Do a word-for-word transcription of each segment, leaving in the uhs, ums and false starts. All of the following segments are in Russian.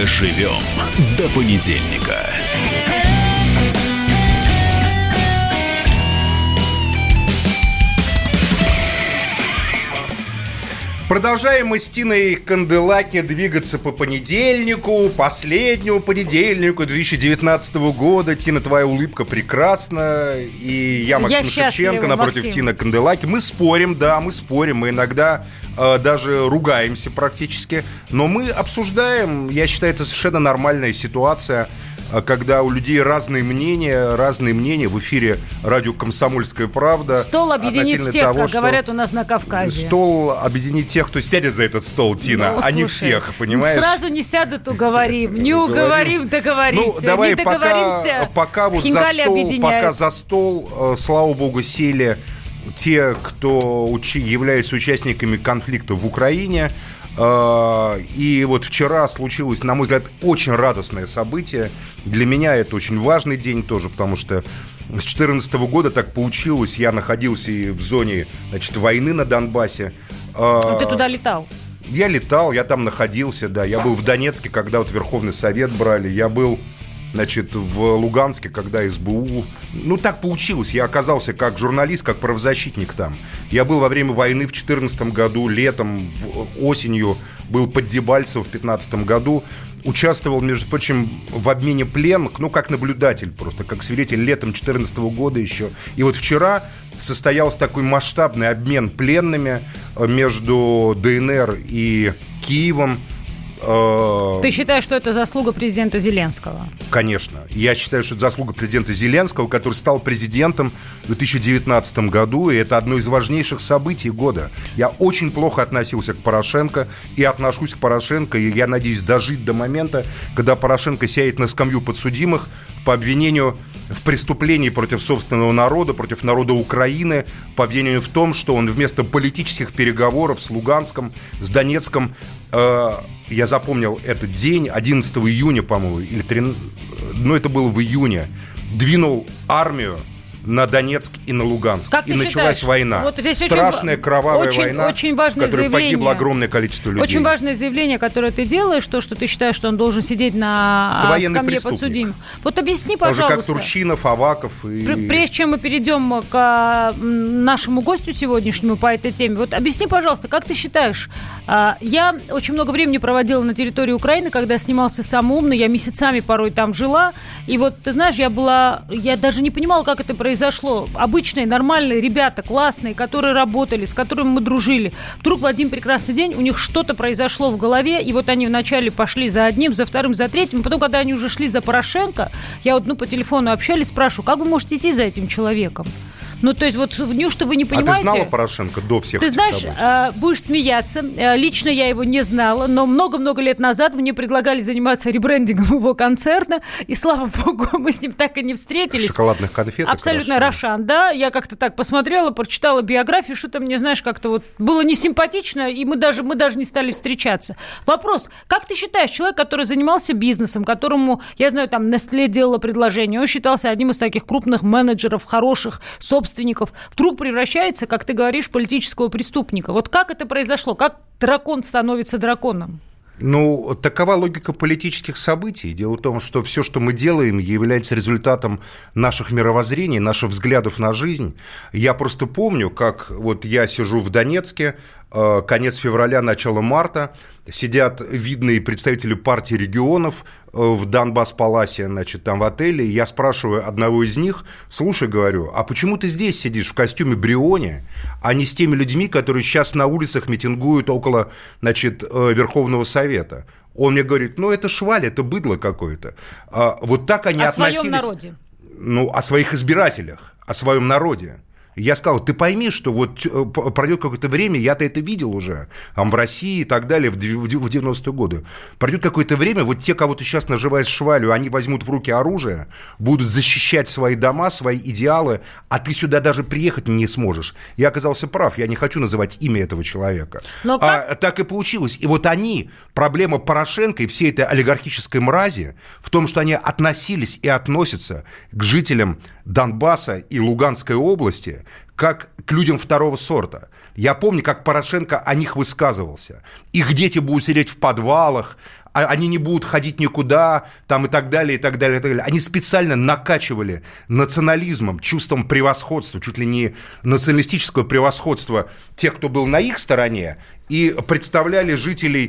Доживем до понедельника. Продолжаем мы с Тиной Канделаки двигаться по понедельнику, последнему понедельнику две тысячи девятнадцатого года. Тина, твоя улыбка прекрасна. И я, Максим я Шевченко, напротив Максим. Тины Канделаки. Мы спорим, да, мы спорим. Мы иногда э, даже ругаемся практически. Но мы обсуждаем, я считаю, это совершенно нормальная ситуация, когда у людей разные мнения, разные мнения. В эфире радио «Комсомольская правда». Стол объединит всех, того, как говорят у нас на Кавказе. Стол объединит тех, кто сядет за этот стол, Тина, ну, а не всех, понимаешь? Сразу не сядут, уговорим. Не уговорим, договоримся. Ну, давай, не договоримся, пока, пока вот за стол, пока за стол, слава богу, сели те, кто учи, являются участниками конфликта в Украине. И вот вчера случилось, на мой взгляд, очень радостное событие. Для меня это очень важный день тоже, потому что с две тысячи четырнадцатого года так получилось. Я находился и в зоне, значит, войны на Донбассе. А ты туда летал? Я летал, я там находился, да. Я был в Донецке, когда вот Верховный Совет брали. Я был, значит, в Луганске, когда СБУ. Ну, так получилось. Я оказался как журналист, как правозащитник там. Я был во время войны в две тысячи четырнадцатом году, летом, осенью. Был под Дебальцево в две тысячи пятнадцатом году. Участвовал, между прочим, в обмене пленных, ну, как наблюдатель просто, как свидетель летом две тысячи четырнадцатого года еще. И вот вчера состоялся такой масштабный обмен пленными между ДНР и Киевом. Ты считаешь, что это заслуга президента Зеленского? Конечно. Я считаю, что это заслуга президента Зеленского, который стал президентом в две тысячи девятнадцатом году, и это одно из важнейших событий года. Я очень плохо относился к Порошенко и отношусь к Порошенко, и я надеюсь дожить до момента, когда Порошенко сядет на скамью подсудимых по обвинению в преступлении против собственного народа, против народа Украины, по обвинению в том, что он вместо политических переговоров с Луганском, с Донецком, э, я запомнил этот день, одиннадцатого июня, по-моему, или тринадцатого, ну, это было в июне, двинул армию на Донецк и на Луганск. Как и началась считаешь? война. Вот страшная очень, кровавая очень, война, очень важное в которой заявление. погибло огромное количество людей. Очень важное заявление, которое ты делаешь, то, что ты считаешь, что он должен сидеть на скамье подсудимых. Вот объясни, пожалуйста. Тоже как Турчинов, Аваков. И... Прежде чем мы перейдем к нашему гостю сегодняшнему по этой теме, вот объясни, пожалуйста, как ты считаешь, я очень много времени проводила на территории Украины, когда снимался «Самый умный», я месяцами порой там жила, и вот, ты знаешь, я была, я даже не понимала, как это произошло. Обычные, нормальные ребята, классные, которые работали, с которыми мы дружили. Вдруг в один прекрасный день у них что-то произошло в голове, и вот они вначале пошли за одним, за вторым, за третьим, потом, когда они уже шли за Порошенко, я вот, ну, по телефону общались, спрашиваю, как вы можете идти за этим человеком? Ну, то есть, вот неужто вы не понимаете? А ты знала Порошенко до всех ты этих знаешь, событий? Э, будешь смеяться. Э, лично я его не знала, но много-много лет назад мне предлагали заниматься ребрендингом его концерна, и, слава богу, мы с ним так и не встретились. Шоколадных конфеток. Абсолютно Рошан, да. Я как-то так посмотрела, прочитала биографию, что-то мне, знаешь, как-то вот было несимпатично, и мы даже, мы даже не стали встречаться. Вопрос, как ты считаешь, человек, который занимался бизнесом, которому, я знаю, там, Nestlé делала предложение, он считался одним из таких крупных менеджеров, хороших, собственников, собственников, вдруг превращается, как ты говоришь, в политического преступника. Вот как это произошло? Как дракон становится драконом? Ну, такова логика политических событий. Дело в том, что все, что мы делаем, является результатом наших мировоззрений, наших взглядов на жизнь. Я просто помню, как вот я сижу в Донецке, конец февраля, начало марта, сидят видные представители партии регионов в Донбасс-Паласе, значит, там в отеле, и я спрашиваю одного из них, слушай, говорю, а почему ты здесь сидишь в костюме Бриони, а не с теми людьми, которые сейчас на улицах митингуют около, значит, Верховного Совета? Он мне говорит, ну, это шваль, это быдло какое-то. А, вот так они о относились... О своем народе. Ну, о своих избирателях, о своем народе. Я сказал, ты пойми, что вот пройдет какое-то время, я-то это видел уже, там в России и так далее, в девяностые годы. Пройдет какое-то время, вот те, кого ты сейчас наживаешь швалью, они возьмут в руки оружие, будут защищать свои дома, свои идеалы, а ты сюда даже приехать не сможешь. Я оказался прав, я не хочу называть имя этого человека. Но как... а, так и получилось. И вот они, проблема Порошенко и всей этой олигархической мрази в том, что они относились и относятся к жителям Донбасса и Луганской области как к людям второго сорта. Я помню, как Порошенко о них высказывался. Их дети будут сидеть в подвалах, они не будут ходить никуда, там и так далее, и так далее, и так далее. Они специально накачивали национализмом, чувством превосходства, чуть ли не националистического превосходства тех, кто был на их стороне, и представляли жителей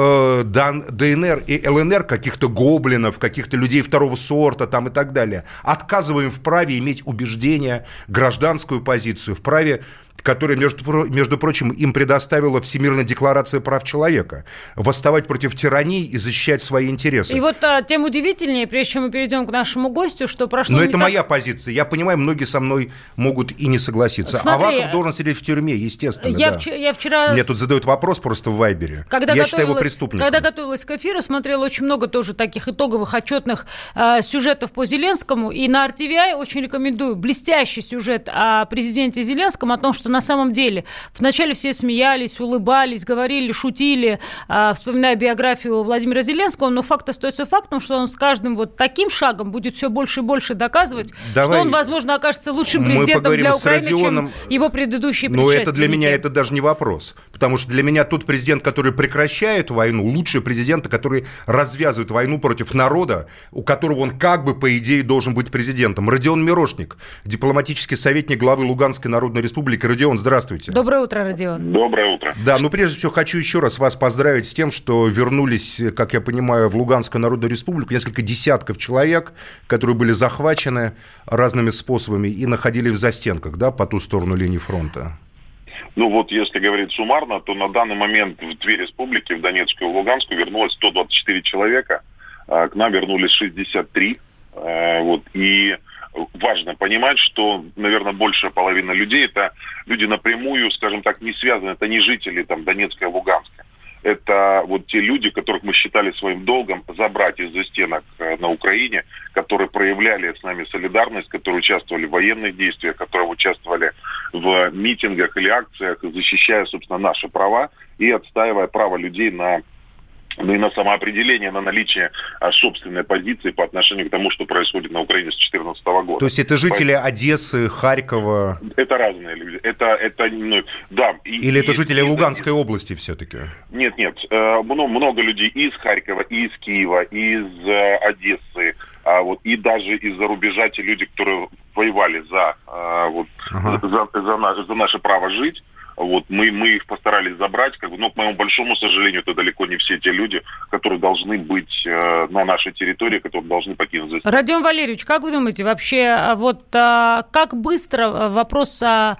ДНР и ЛНР, каких-то гоблинов, каких-то людей второго сорта там и так далее, отказываем в праве иметь убеждения, гражданскую позицию, в праве, которое, между, между прочим, им предоставила Всемирная декларация прав человека, восставать против тирании и защищать свои интересы. И вот а, тем удивительнее, прежде чем мы перейдем к нашему гостю, что прошло... Но это так... моя позиция. Я понимаю, многие со мной могут и не согласиться. Смотри, Аваков должен сидеть в тюрьме, естественно. Я, да. вч... я вчера... Мне тут задают вопрос просто в Вайбере. Когда я считаю его преступником. Когда готовилась к эфиру, смотрела очень много тоже таких итоговых отчетных э, сюжетов по Зеленскому. И на ар ти ви ай очень рекомендую блестящий сюжет о президенте Зеленском, о том, что на самом деле вначале все смеялись, улыбались, говорили, шутили, э, вспоминая биографию Владимира Зеленского, но факт остается фактом, что он с каждым вот таким шагом будет все больше и больше доказывать, Давай. что он, возможно, окажется лучшим президентом для Украины, Родионом, чем его предыдущие предшественники. Но это для меня это даже не вопрос. Потому что для меня тот президент, который прекращает войну, лучший президент, который развязывает войну против народа, у которого он как бы, по идее, должен быть президентом. Родион Мирошник, дипломатический советник главы Луганской Народной Республики. Родион, здравствуйте. Доброе утро, Родион. Доброе утро. Да, ну прежде всего хочу еще раз вас поздравить с тем, что вернулись, как я понимаю, в Луганскую Народную Республику несколько десятков человек, которые были захвачены разными способами и находились в застенках, да, по ту сторону линии фронта. Ну вот, если говорить суммарно, то на данный момент в две республики, в Донецкую и Луганскую, вернулось сто двадцать четыре человека, а к нам вернулись шестьдесят три. Вот, и важно понимать, что, наверное, большая половина людей, это люди напрямую, скажем так, не связаны, это не жители там, Донецка и Луганска. Это вот те люди, которых мы считали своим долгом забрать из застенок на Украине, которые проявляли с нами солидарность, которые участвовали в военных действиях, которые участвовали в митингах или акциях, защищая, собственно, наши права и отстаивая право людей на, ну, и на самоопределение, на наличие а, собственной позиции по отношению к тому, что происходит на Украине с две тысячи четырнадцатого года. То есть это жители Поэтому... Одессы, Харькова? Это разные люди. Это, это, ну, да. И, Или это и, жители и, Луганской и, области все-таки? Нет, нет. Много, много людей из Харькова, из Киева, из Одессы, а, вот, и даже из-за рубежа те люди, которые воевали за, а, вот, ага. за, за, за, наше, за наше право жить. Вот, мы, мы их постарались забрать, как бы, но, к моему большому сожалению, это далеко не все те люди, которые должны быть э, на нашей территории, которые должны покинуть здесь. Родион Валерьевич, как вы думаете, вообще, вот а, как быстро вопрос а,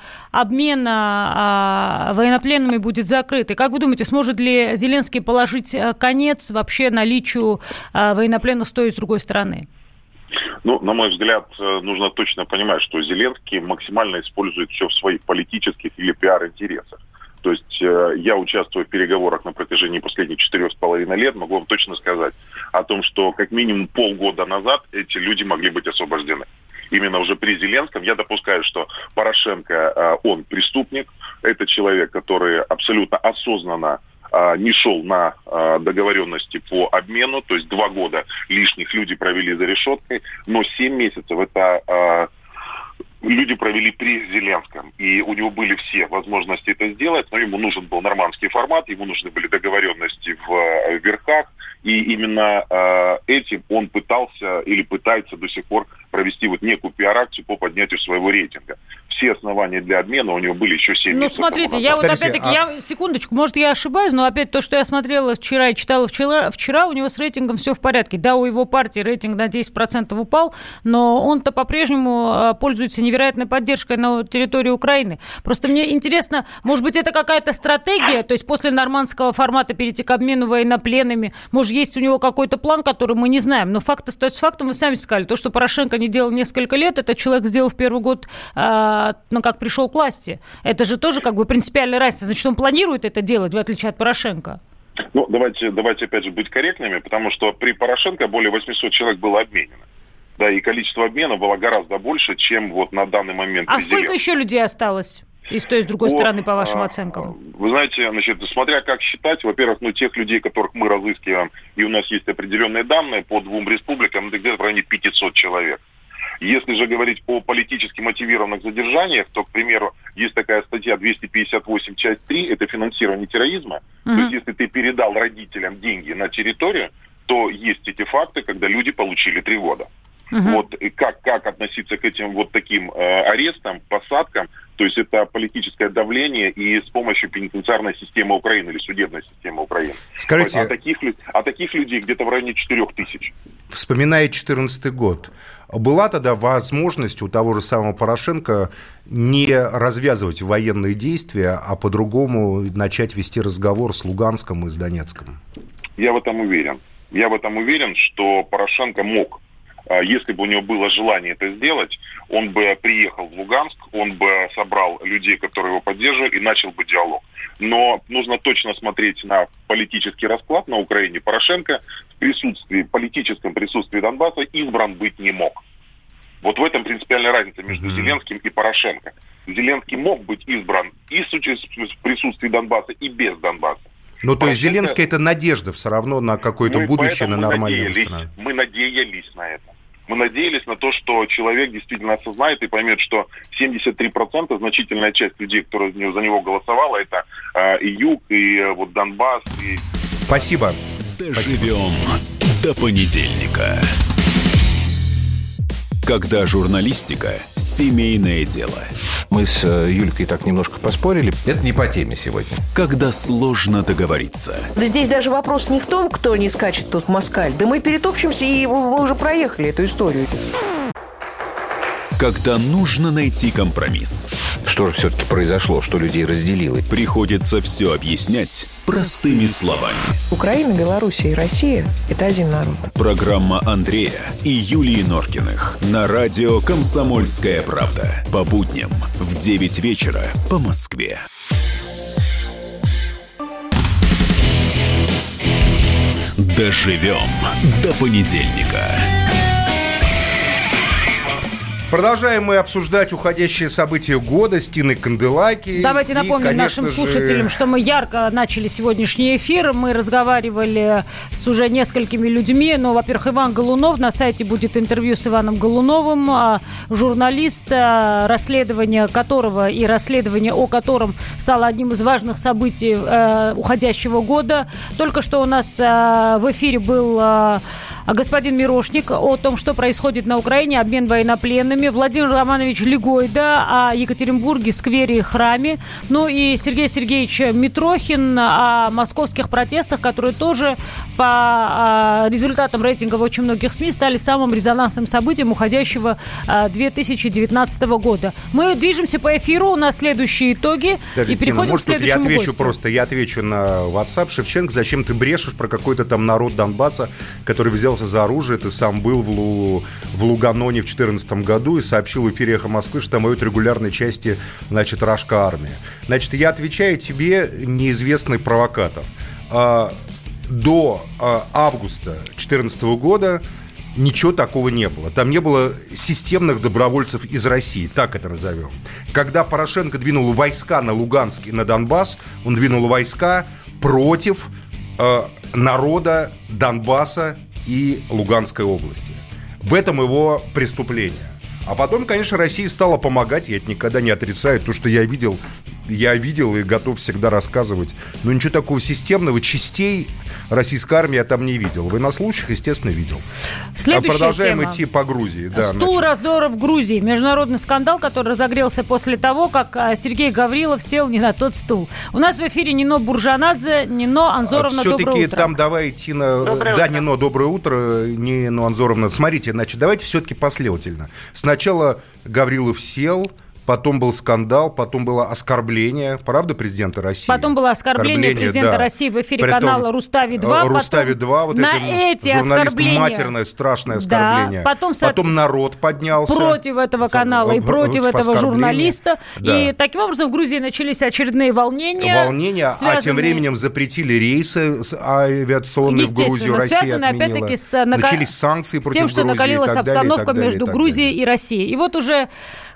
обмена а, военнопленными будет закрыт? И как вы думаете, сможет ли Зеленский положить конец вообще наличию а, военнопленных с той и с другой стороны? Ну, на мой взгляд, нужно точно понимать, что Зеленский максимально использует все в своих политических или пиар-интересах. То есть э, я участвую в переговорах на протяжении последних четырех с половиной лет, могу вам точно сказать о том, что как минимум полгода назад эти люди могли быть освобождены. Именно уже при Зеленском я допускаю, что Порошенко, э, он преступник, это человек, который абсолютно осознанно не шел на а, договоренности по обмену, то есть два года лишних люди провели за решеткой, но семь месяцев это а, люди провели при Зеленском, и у него были все возможности это сделать, но ему нужен был нормандский формат, ему нужны были договоренности в, в верхах, и именно э, этим он пытался или пытается до сих пор провести вот некую пиар-акцию по поднятию своего рейтинга. Все основания для обмена у него были еще семь месяцев. Ну, смотрите, я вот опять-таки, а... я, секундочку, может, я ошибаюсь, но опять то, что я смотрела вчера и читала вчера, вчера, у него с рейтингом все в порядке. Да, у его партии рейтинг на десять процентов упал, но он-то по-прежнему пользуется невероятной поддержкой на территории Украины. Просто мне интересно, может быть, это какая-то стратегия, то есть после нормандского формата перейти к обмену военнопленными, может, есть у него какой-то план, который мы не знаем, но факт остается фактом, вы сами сказали, то, что Порошенко не делал несколько лет, этот человек сделал в первый год, э, ну, как пришел к власти. Это же тоже как бы принципиальная разница, значит, он планирует это делать, в отличие от Порошенко. Ну, давайте, давайте опять же быть корректными, потому что при Порошенко более восемьсот человек было обменено. Да, и количество обмена было гораздо больше, чем вот на данный момент. А сколько еще людей осталось? И с той, и с другой вот, стороны, по вашим а, оценкам? Вы знаете, значит, смотря как считать, во-первых, ну, тех людей, которых мы разыскиваем, и у нас есть определенные данные по двум республикам, это где-то в районе пятьсот человек. Если же говорить о политически мотивированных задержаниях, то, к примеру, есть такая статья двести пятьдесят восемь, часть три, это финансирование терроризма. Mm-hmm. То есть, если ты передал родителям деньги на территорию, то есть эти факты, когда люди получили три года. Uh-huh. Вот и как, как относиться к этим вот таким э, арестам, посадкам, то есть это политическое давление и с помощью пенитенциарной системы Украины или судебной системы Украины. Скажите, а таких, а таких людей где-то в районе четырех тысяч. Вспоминая две тысячи четырнадцатый год, была тогда возможность у того же самого Порошенко не развязывать военные действия, а по-другому начать вести разговор с Луганском и с Донецком? Я в этом уверен. Я в этом уверен, что Порошенко мог. Если бы у него было желание это сделать, он бы приехал в Луганск, он бы собрал людей, которые его поддерживали, и начал бы диалог. Но нужно точно смотреть на политический расклад на Украине. Порошенко в присутствии, политическом присутствии Донбасса избран быть не мог. Вот в этом принципиальная разница между mm-hmm. Зеленским и Порошенко. Зеленский мог быть избран и в присутствии Донбасса, и без Донбасса. Ну, то есть Зеленский – это надежда все равно на какое-то мы будущее, на нормальную страну. Мы надеялись на это. Мы надеялись на то, что человек действительно осознает и поймет, что семьдесят три процента, значительная часть людей, которые за него голосовала, это э, и Юг, и э, вот Донбасс. И... Спасибо. Доживем до понедельника. Когда журналистика – семейное дело. Мы с Юлькой так немножко поспорили. Это не по теме сегодня. Когда сложно договориться. Да здесь даже вопрос не в том, кто не скачет тут в москаль. Да мы перетопчемся, и мы уже проехали эту историю. Когда нужно найти компромисс. Что же все-таки произошло, что людей разделило? Приходится все объяснять простыми словами. Украина, Белоруссия и Россия – это один народ. Программа Андрея и Юлии Норкиных на радио «Комсомольская правда». По будням в девять вечера по Москве. Доживем до понедельника. Продолжаем мы обсуждать уходящие события года с Тиной Канделаки. Давайте напомним и, нашим же... слушателям, что мы ярко начали сегодняшний эфир. Мы разговаривали с уже несколькими людьми. Ну, во-первых, Иван Голунов. На сайте будет интервью с Иваном Голуновым, журналист, расследование которого и расследование о котором стало одним из важных событий э, уходящего года. Только что у нас э, в эфире был э, господин Мирошник о том, что происходит на Украине, обмен военнопленными. Владимир Романович Легойда о Екатеринбурге, сквере и храме. Ну и Сергей Сергеевич Митрохин о московских протестах, которые тоже по результатам рейтинга в очень многих СМИ стали самым резонансным событием уходящего две тысячи девятнадцатого года. Мы движемся по эфиру, у нас следующие итоги. Даже, и переходим Тина, может, к следующему я отвечу гостю. просто, я отвечу на WhatsApp. Шевченко, зачем ты брешешь про какой-то там народ Донбасса, который взялся за оружие? Ты сам был в, Лу... в Луганоне в две тысячи четырнадцатом году и сообщил в эфире «Эхо Москвы», что там идут регулярные части, значит, Рашка армия. Значит, я отвечаю тебе, неизвестный провокатор. А, до а, августа две тысячи четырнадцатого года ничего такого не было. Там не было системных добровольцев из России, так это назовем. Когда Порошенко двинул войска на Луганск и на Донбасс, он двинул войска против э, народа Донбасса и Луганской области. В этом его преступление. А потом, конечно, Россия стала помогать, я это никогда не отрицаю, то, что я видел, я видел и готов всегда рассказывать. Но ничего такого системного, частей российской армии я там не видел. Военнослужащих, естественно, видел. Следующая а продолжаем тема. идти по Грузии. Да, Стул значит. раздора в Грузии. Международный скандал, который разогрелся после того, как Сергей Гаврилов сел не на тот стул. У нас в эфире Нино Буржанадзе. Нино Анзоровна, Все-таки доброе утро. там давай идти на... Доброе да, утро. Нино, доброе утро. Нино Анзоровна, смотрите, значит, давайте все-таки последовательно. Сначала Гаврилов сел, потом был скандал, потом было оскорбление, правда, президента России? Потом было оскорбление, оскорбление президента да. России в эфире Притом, канала Рустави-два. Рустави-два, вот на это эти журналист, оскорбления. матерное, страшное оскорбление. Да, потом, потом народ поднялся. Против этого канала и против этого журналиста. Да. И таким образом в Грузии начались очередные волнения. Волнения, связанные... а тем временем запретили рейсы авиационные в Грузию, Россия связаны, отменила. опять-таки, с, нака... Начались санкции против с тем, что Грузии, накалилась и так обстановка далее, и так между далее, Грузией и, и Россией. И вот уже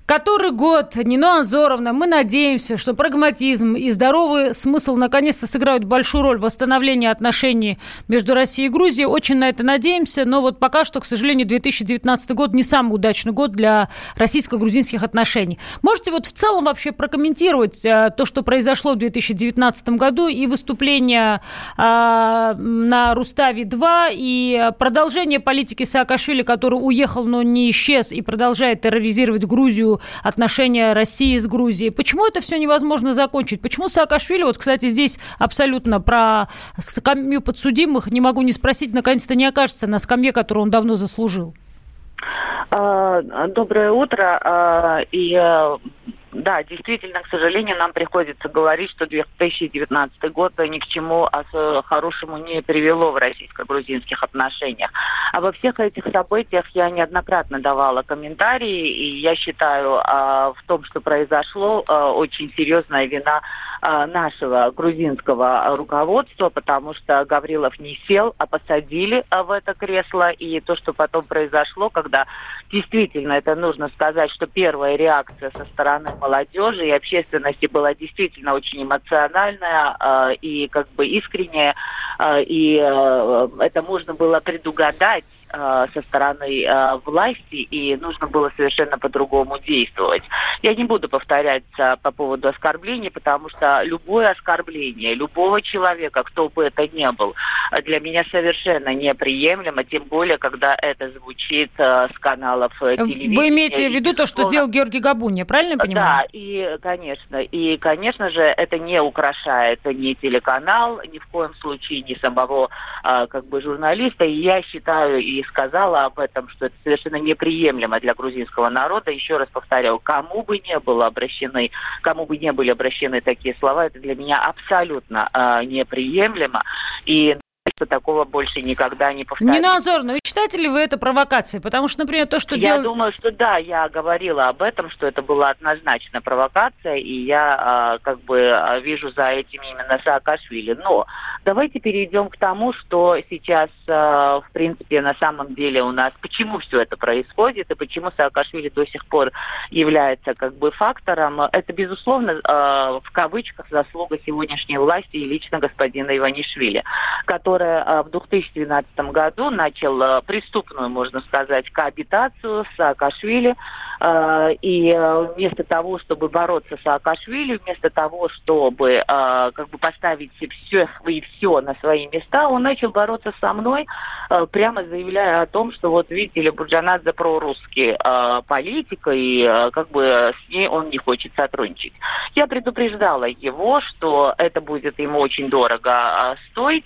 Который год, Нино Анзоровна, мы надеемся, что прагматизм и здоровый смысл наконец-то сыграют большую роль в восстановлении отношений между Россией и Грузией. Очень на это надеемся, но вот пока что, к сожалению, две тысячи девятнадцатый год не самый удачный год для российско-грузинских отношений. Можете вот в целом вообще прокомментировать а, то, что произошло в две тысячи девятнадцатом году, и выступление а, на Руставе-два, и продолжение политики Саакашвили, который уехал, но не исчез, и продолжает терроризировать Грузию, отношения России с Грузией. Почему это все невозможно закончить? Почему Саакашвили, вот, кстати, здесь абсолютно про скамью подсудимых, не могу не спросить, наконец-то не окажется на скамье, которую он давно заслужил? Доброе утро. И да, действительно, к сожалению, нам приходится говорить, что две тысячи девятнадцатый год ни к чему хорошему не привело в российско-грузинских отношениях. А во всех этих событиях я неоднократно давала комментарии, и я считаю, в том, что произошло, очень серьезная вина нашего грузинского руководства, потому что Гаврилов не сел, а посадили в это кресло. И то, что потом произошло, когда действительно, это нужно сказать, что первая реакция со стороны молодежи и общественности была действительно очень эмоциональная и как бы искренняя, и это можно было предугадать со стороны э, власти, и нужно было совершенно по-другому действовать. Я не буду повторяться по поводу оскорблений, потому что любое оскорбление любого человека, кто бы это ни был, для меня совершенно неприемлемо, тем более, когда это звучит э, с каналов э, телевидения. Вы имеете в виду то, что сделал Георгий Габуния, правильно я понимаю? Да, и, конечно, и, конечно же, это не украшает ни телеканал, ни в коем случае, ни самого э, как бы журналиста, и я считаю, и сказала об этом, что это совершенно неприемлемо для грузинского народа. Еще раз повторяю, кому бы не было обращены, кому бы не были обращены такие слова, это для меня абсолютно э, неприемлемо. И что такого больше никогда не повторится. Нина Анзоровна, вы считаете ли вы это провокацией? Потому что, например, то, что Я дел... думаю, что да, я говорила об этом, что это была однозначно провокация, и я э, как бы вижу за этим именно Саакашвили. Но давайте перейдем к тому, что сейчас, э, в принципе, на самом деле у нас, почему все это происходит, и почему Саакашвили до сих пор является как бы фактором. Это, безусловно, э, в кавычках заслуга сегодняшней власти и лично господина Иванишвили, который в две тысячи двенадцатом году начал преступную, можно сказать, коабитацию с Саакашвили. И вместо того, чтобы бороться с Саакашвили, вместо того, чтобы как бы поставить все и все на свои места, он начал бороться со мной, прямо заявляя о том, что вот видите ли, Бурджанадзе прорусский политик, и как бы с ней он не хочет сотрудничать. Я предупреждала его, что это будет ему очень дорого стоить,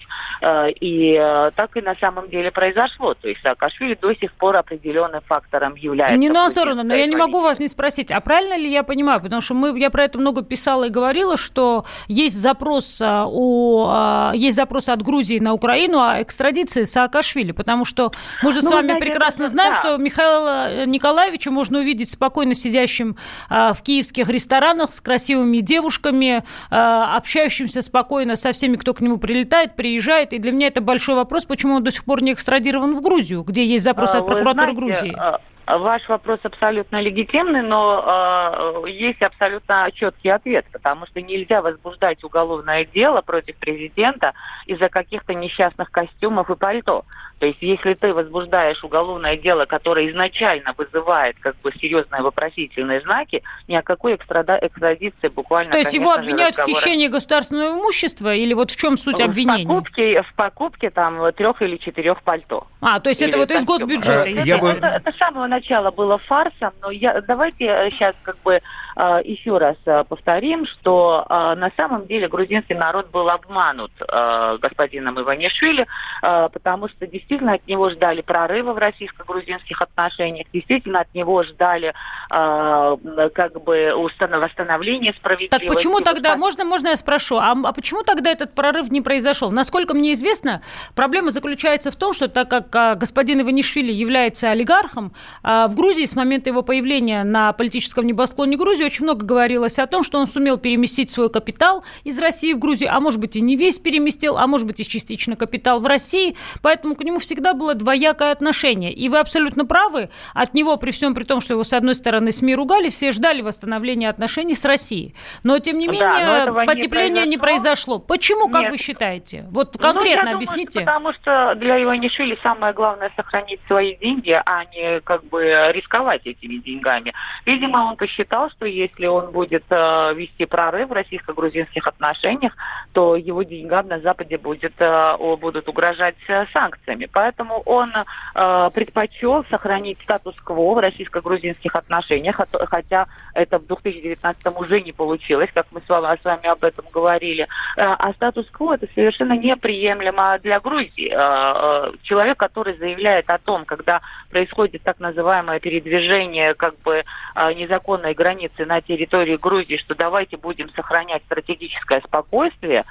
и так и на самом деле произошло. То есть Саакашвили до сих пор определенным фактором является. Нина Анзоровна, но я не могу вас не спросить, а правильно ли я понимаю, потому что мы, я про это много писала и говорила, что есть запрос, у, есть запрос от Грузии на Украину о экстрадиции Саакашвили, потому что мы же ну, с вами знаете, прекрасно это, знаем, да. что Михаила Николаевича можно увидеть спокойно сидящим в киевских ресторанах с красивыми девушками, общающимся спокойно со всеми, кто к нему прилетает, приезжает, и для меня это большой вопрос, почему он до сих пор не экстрадирован в Грузию, где есть запрос от прокуратуры Грузии. Ваш вопрос абсолютно легитимный, но э, есть абсолютно четкий ответ, потому что нельзя возбуждать уголовное дело против президента из-за каких-то несчастных костюмов и пальто. То есть, если ты возбуждаешь уголовное дело, которое изначально вызывает как бы серьезные вопросительные знаки, ни о какой экстрада- экстрадиции буквально... То есть его обвиняют разговоры... в хищении государственного имущества? Или вот в чем суть обвинения? В покупке, в покупке там трех или четырех пальто. А, то есть или это вот из госбюджета? Это, это, это, это с самого начала было фарсом, но я, давайте сейчас как бы еще раз повторим, что на самом деле грузинский народ был обманут господином Иванишвили, потому что действительно Действительно от него ждали прорыва в российско-грузинских отношениях, действительно от него ждали э, как бы восстановления справедливости. Так почему тогда, можно, можно я спрошу, а, а почему тогда этот прорыв не произошел? Насколько мне известно, проблема заключается в том, что так как а, господин Иванишвили является олигархом, а, в Грузии с момента его появления на политическом небосклоне Грузии очень много говорилось о том, что он сумел переместить свой капитал из России в Грузию, а может быть и не весь переместил, а может быть и частично капитал в России, поэтому к нему всегда было двоякое отношение. И вы абсолютно правы, от него, при всем при том, что его, с одной стороны, СМИ ругали, все ждали восстановления отношений с Россией. Но, тем не менее, да, потепление не произошло. не произошло. Почему, как Нет. вы считаете? Вот конкретно ну, объясните. Думаю, потому что для Иванишвили самое главное сохранить свои деньги, а не как бы рисковать этими деньгами. Видимо, он посчитал, что если он будет э, вести прорыв в российско-грузинских отношениях, то его деньгам на Западе будет, э, будут угрожать э, санкциями. Поэтому он э, предпочел сохранить статус-кво в российско-грузинских отношениях, хотя это в две тысячи девятнадцатом уже не получилось, как мы с вами, с вами об этом говорили. А статус-кво это совершенно неприемлемо для Грузии. Человек, который заявляет о том, когда происходит так называемое передвижение как бы незаконной границы на территории Грузии, что давайте будем сохранять стратегическое спокойствие,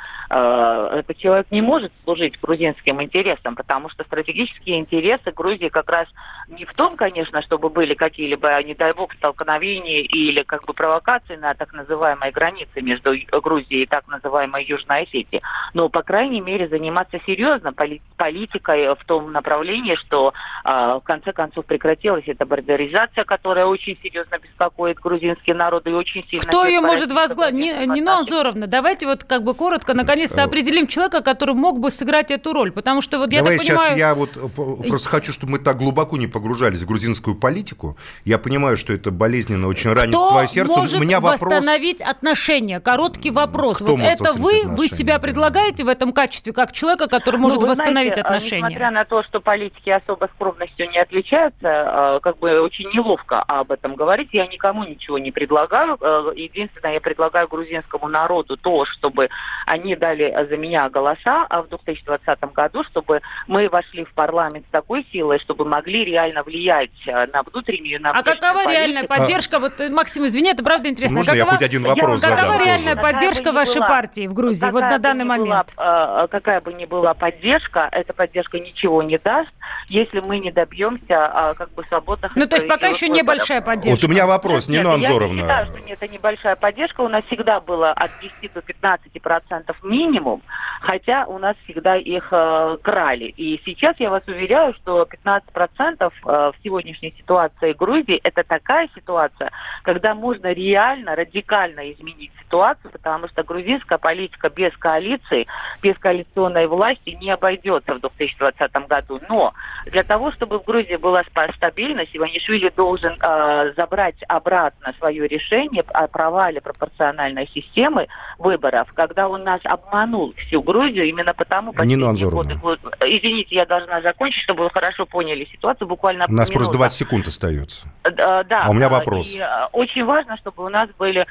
этот человек не может служить грузинским интересам, потому что стратегические интересы Грузии как раз не в том, конечно, чтобы были какие-либо, не дай бог, столкновения или как бы провокации на так называемой границе между Грузией и так называемой Южной Осетии, но, по крайней мере, заниматься серьезно политикой в том направлении, что в конце концов прекратилась эта бордеризация, которая очень серьезно беспокоит грузинский народ и очень сильно... Кто ее может возглавить? Нина Анзоровна, давайте вот как бы коротко, наконец-то определим человека, который мог бы сыграть эту роль, потому что вот я Давай так понимаю... сейчас я вот просто хочу, чтобы мы так глубоко не погружались в грузинскую политику. Я понимаю, что это болезненно очень ранит твое сердце. Кто может У меня вопрос... восстановить отношения? Короткий вопрос. Кто вот это вы, вы себя предлагаете в этом качестве, как человека, который может ну, восстановить знаете, отношения? Несмотря на то, что политики особо скромностью не отличаются, как бы очень неловко об этом говорить, я никому ничего не предлагаю. Единственное, я предлагаю грузинскому народу то, чтобы они дали за меня голоса в две тысячи двадцатом году, чтобы мы вошли в парламент с такой силой, чтобы могли реально влиять на внутреннюю, на А какова политику. реальная поддержка? А... Вот, Максим, извини, это правда интересно. Можно какова... я хоть один вопрос я... задам? Какова реальная тоже? поддержка вашей была, партии в Грузии вот на данный момент? Была, какая бы ни была поддержка, эта поддержка ничего не даст, если мы не добьемся как бы свободных... Ну, то есть пока еще небольшая поддержка. Вот у меня вопрос, нет, Нина нет, Анзоровна. Я не считаю, что это небольшая поддержка. У нас всегда было от десяти до пятнадцати процентов минимум, хотя у нас всегда их э, крали. И сейчас я вас уверяю, что пятнадцать процентов э, в сегодняшней ситуации Грузии это такая ситуация, когда можно реально, радикально изменить ситуацию, потому что грузинская политика без коалиции, без коалиционной власти не обойдется в две тысячи двадцатом году. Но для того, чтобы в Грузии была стабильность, Иванишвили должен э, забрать обратно свое решение о провале пропорциональной системы выборов, когда он нас обманул всю Грузию, именно потому... Нина Анзоровна. Годы... Извините, я должна закончить, чтобы вы хорошо поняли ситуацию. Буквально У нас минута. просто двадцать секунд остается. Да, да. А у меня вопрос. И очень важно, чтобы у нас были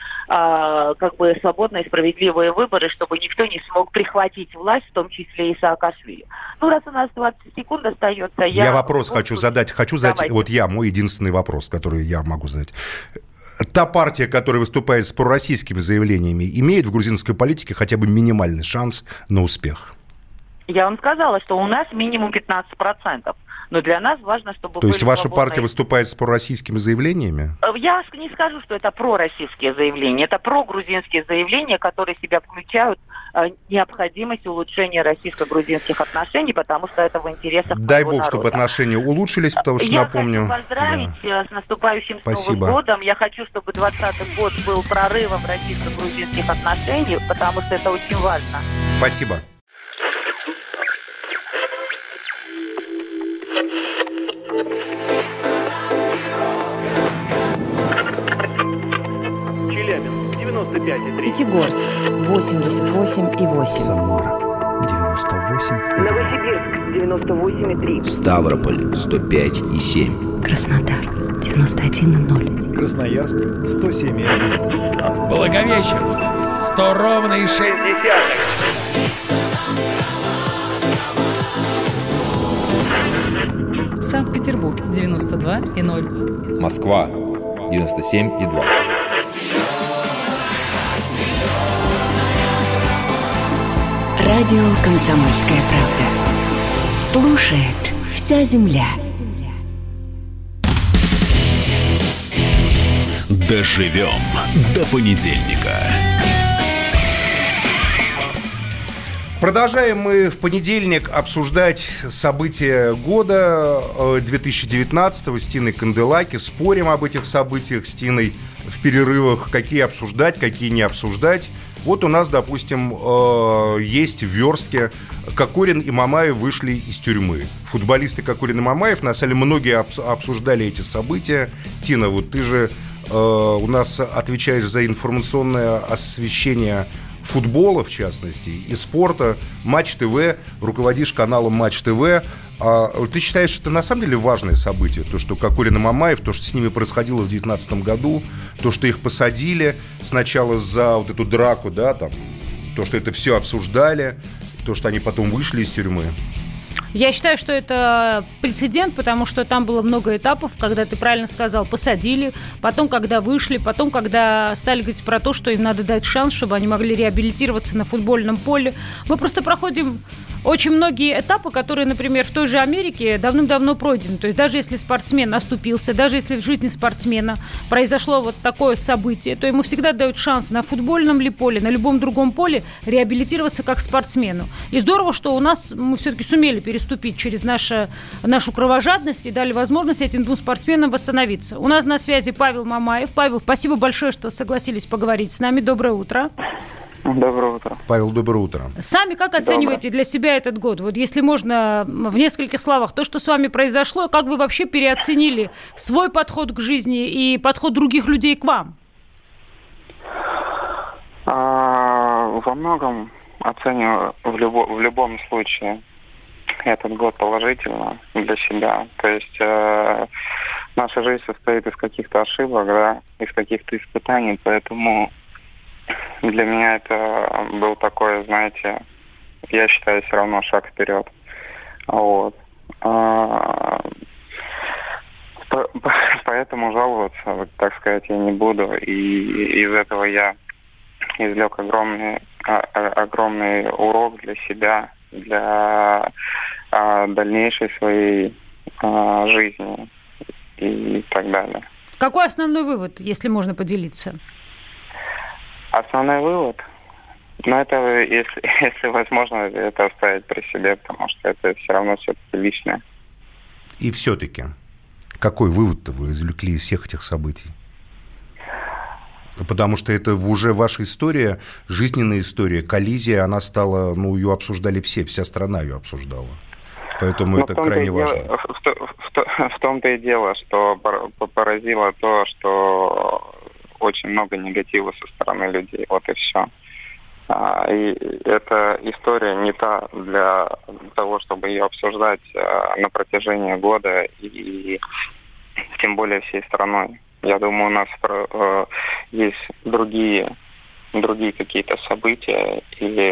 а, как бы свободные и справедливые выборы, чтобы никто не смог прихватить власть, в том числе и Саакашвили. Ну, раз у нас двадцать секунд остается... Я, я вопрос ну, хочу задать. Хочу задать, давайте. вот я, мой единственный вопрос, который я могу задать. Та партия, которая выступает с пророссийскими заявлениями, имеет в грузинской политике хотя бы минимальный шанс на успех? Я вам сказала, что у нас минимум пятнадцать процентов. Но для нас важно, чтобы... То есть ваша свободные... партия выступает с пророссийскими заявлениями? Я не скажу, что это пророссийские заявления. Это прогрузинские заявления, которые в себя включают э, необходимость улучшения российско-грузинских отношений, потому что это в интересах Дай бог, народа. Чтобы отношения улучшились, потому что, я напомню... Я хочу поздравить да. с наступающим Спасибо. Новым годом. Я хочу, чтобы двадцатый год был прорывом российско-грузинских отношений, потому что это очень важно. Спасибо. Челябинск, девяносто пять и три. Пятигорск, восемьдесят восемь и восемь. Самара, девяносто восемь и два. Новосибирск, девяносто восемь и три. Ставрополь, сто пять и семь. Краснодар, девяносто один и ноль. Красноярск, сто семь и один. Благовещенск, сто ровно и шесть десятых. Санкт-Петербург, девяносто два и ноль. Москва, девяносто семь и два. Радио «Комсомольская правда». Слушает вся земля. Доживем до понедельника. Продолжаем мы в понедельник обсуждать события года две тысячи девятнадцатого с Тиной Канделаки. Спорим об этих событиях с Тиной в перерывах, какие обсуждать, какие не обсуждать. Вот у нас, допустим, есть в верстке Кокорин и Мамаев вышли из тюрьмы. Футболисты Кокорин и Мамаев, на самом деле, многие обсуждали эти события. Тина, вот ты же у нас отвечаешь за информационное освещение футбола, в частности, и спорта, Матч ТВ, руководишь каналом Матч ТВ. А ты считаешь, это на самом деле важное событие? То, что Кокорин и Мамаев, то, что с ними происходило в две тысячи девятнадцатом году, то, что их посадили сначала за вот эту драку, да, там, то, что это все обсуждали, то, что они потом вышли из тюрьмы. Я считаю, что это прецедент, потому что там было много этапов, когда ты правильно сказал, посадили, потом, когда вышли, потом, когда стали говорить про то, что им надо дать шанс, чтобы они могли реабилитироваться на футбольном поле. Мы просто проходим очень многие этапы, которые, например, в той же Америке давным-давно пройдены. То есть даже если спортсмен оступился, даже если в жизни спортсмена произошло вот такое событие, то ему всегда дают шанс на футбольном ли поле, на любом другом поле реабилитироваться как спортсмену. И здорово, что у нас мы все-таки сумели переступить через наше, нашу кровожадность и дали возможность этим двум спортсменам восстановиться. У нас на связи Павел Мамаев. Павел, спасибо большое, что согласились поговорить с нами. Доброе утро. Доброе утро. Павел, доброе утро. Сами как оцениваете Доброе. Для себя этот год? Вот если можно в нескольких словах, то, что с вами произошло, как вы вообще переоценили свой подход к жизни и подход других людей к вам? А, во многом оцениваю в, любо, в любом случае этот год положительно для себя. То есть э, наша жизнь состоит из каких-то ошибок, да, из каких-то испытаний, поэтому для меня это был такой, знаете, я считаю, все равно шаг вперед. Вот. А, по, поэтому жаловаться, так сказать, я не буду. И из этого я извлек огромный, огромный урок для себя, для а, дальнейшей своей а, жизни и так далее. Какой основной вывод, если можно поделиться? Основной вывод, ну это, если, если возможно, это оставить при себе, потому что это все равно все-таки личное. И все-таки, какой вывод-то вы извлекли из всех этих событий? Потому что это уже ваша история, жизненная история, коллизия, она стала, ну, ее обсуждали все, вся страна ее обсуждала. Поэтому Но это крайне важно. Дело, в, в, в том-то и дело, что поразило то, что очень много негатива со стороны людей, вот и все. И эта история не та для того, чтобы ее обсуждать на протяжении года и тем более всей страной. Я думаю, у нас есть другие, другие какие-то события или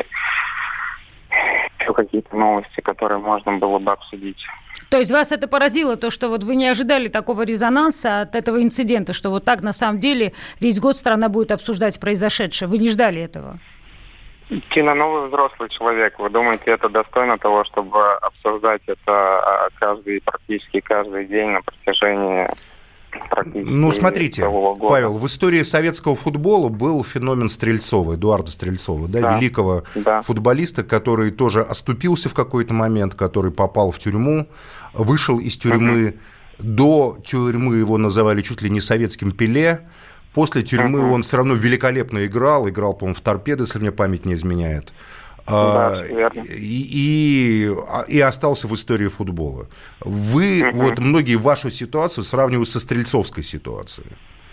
какие-то новости, которые можно было бы обсудить. То есть вас это поразило, то, что вот вы не ожидали такого резонанса от этого инцидента, что вот так на самом деле весь год страна будет обсуждать произошедшее? Вы не ждали этого? Тина, ну вы взрослый человек. Вы думаете, это достойно того, чтобы обсуждать это каждый, практически каждый день на протяжении... Ну, смотрите, Павел, в истории советского футбола был феномен Стрельцова, Эдуарда Стрельцова, да, да, великого да. футболиста, который тоже оступился в какой-то момент, который попал в тюрьму, вышел из тюрьмы, uh-huh. до тюрьмы его называли чуть ли не советским Пеле, после тюрьмы uh-huh. он все равно великолепно играл, играл, по-моему, в «Торпедо», если мне память не изменяет. Да, и, и, и остался в истории футбола. Вы, uh-huh. вот многие вашу ситуацию сравнивают со стрельцовской ситуацией.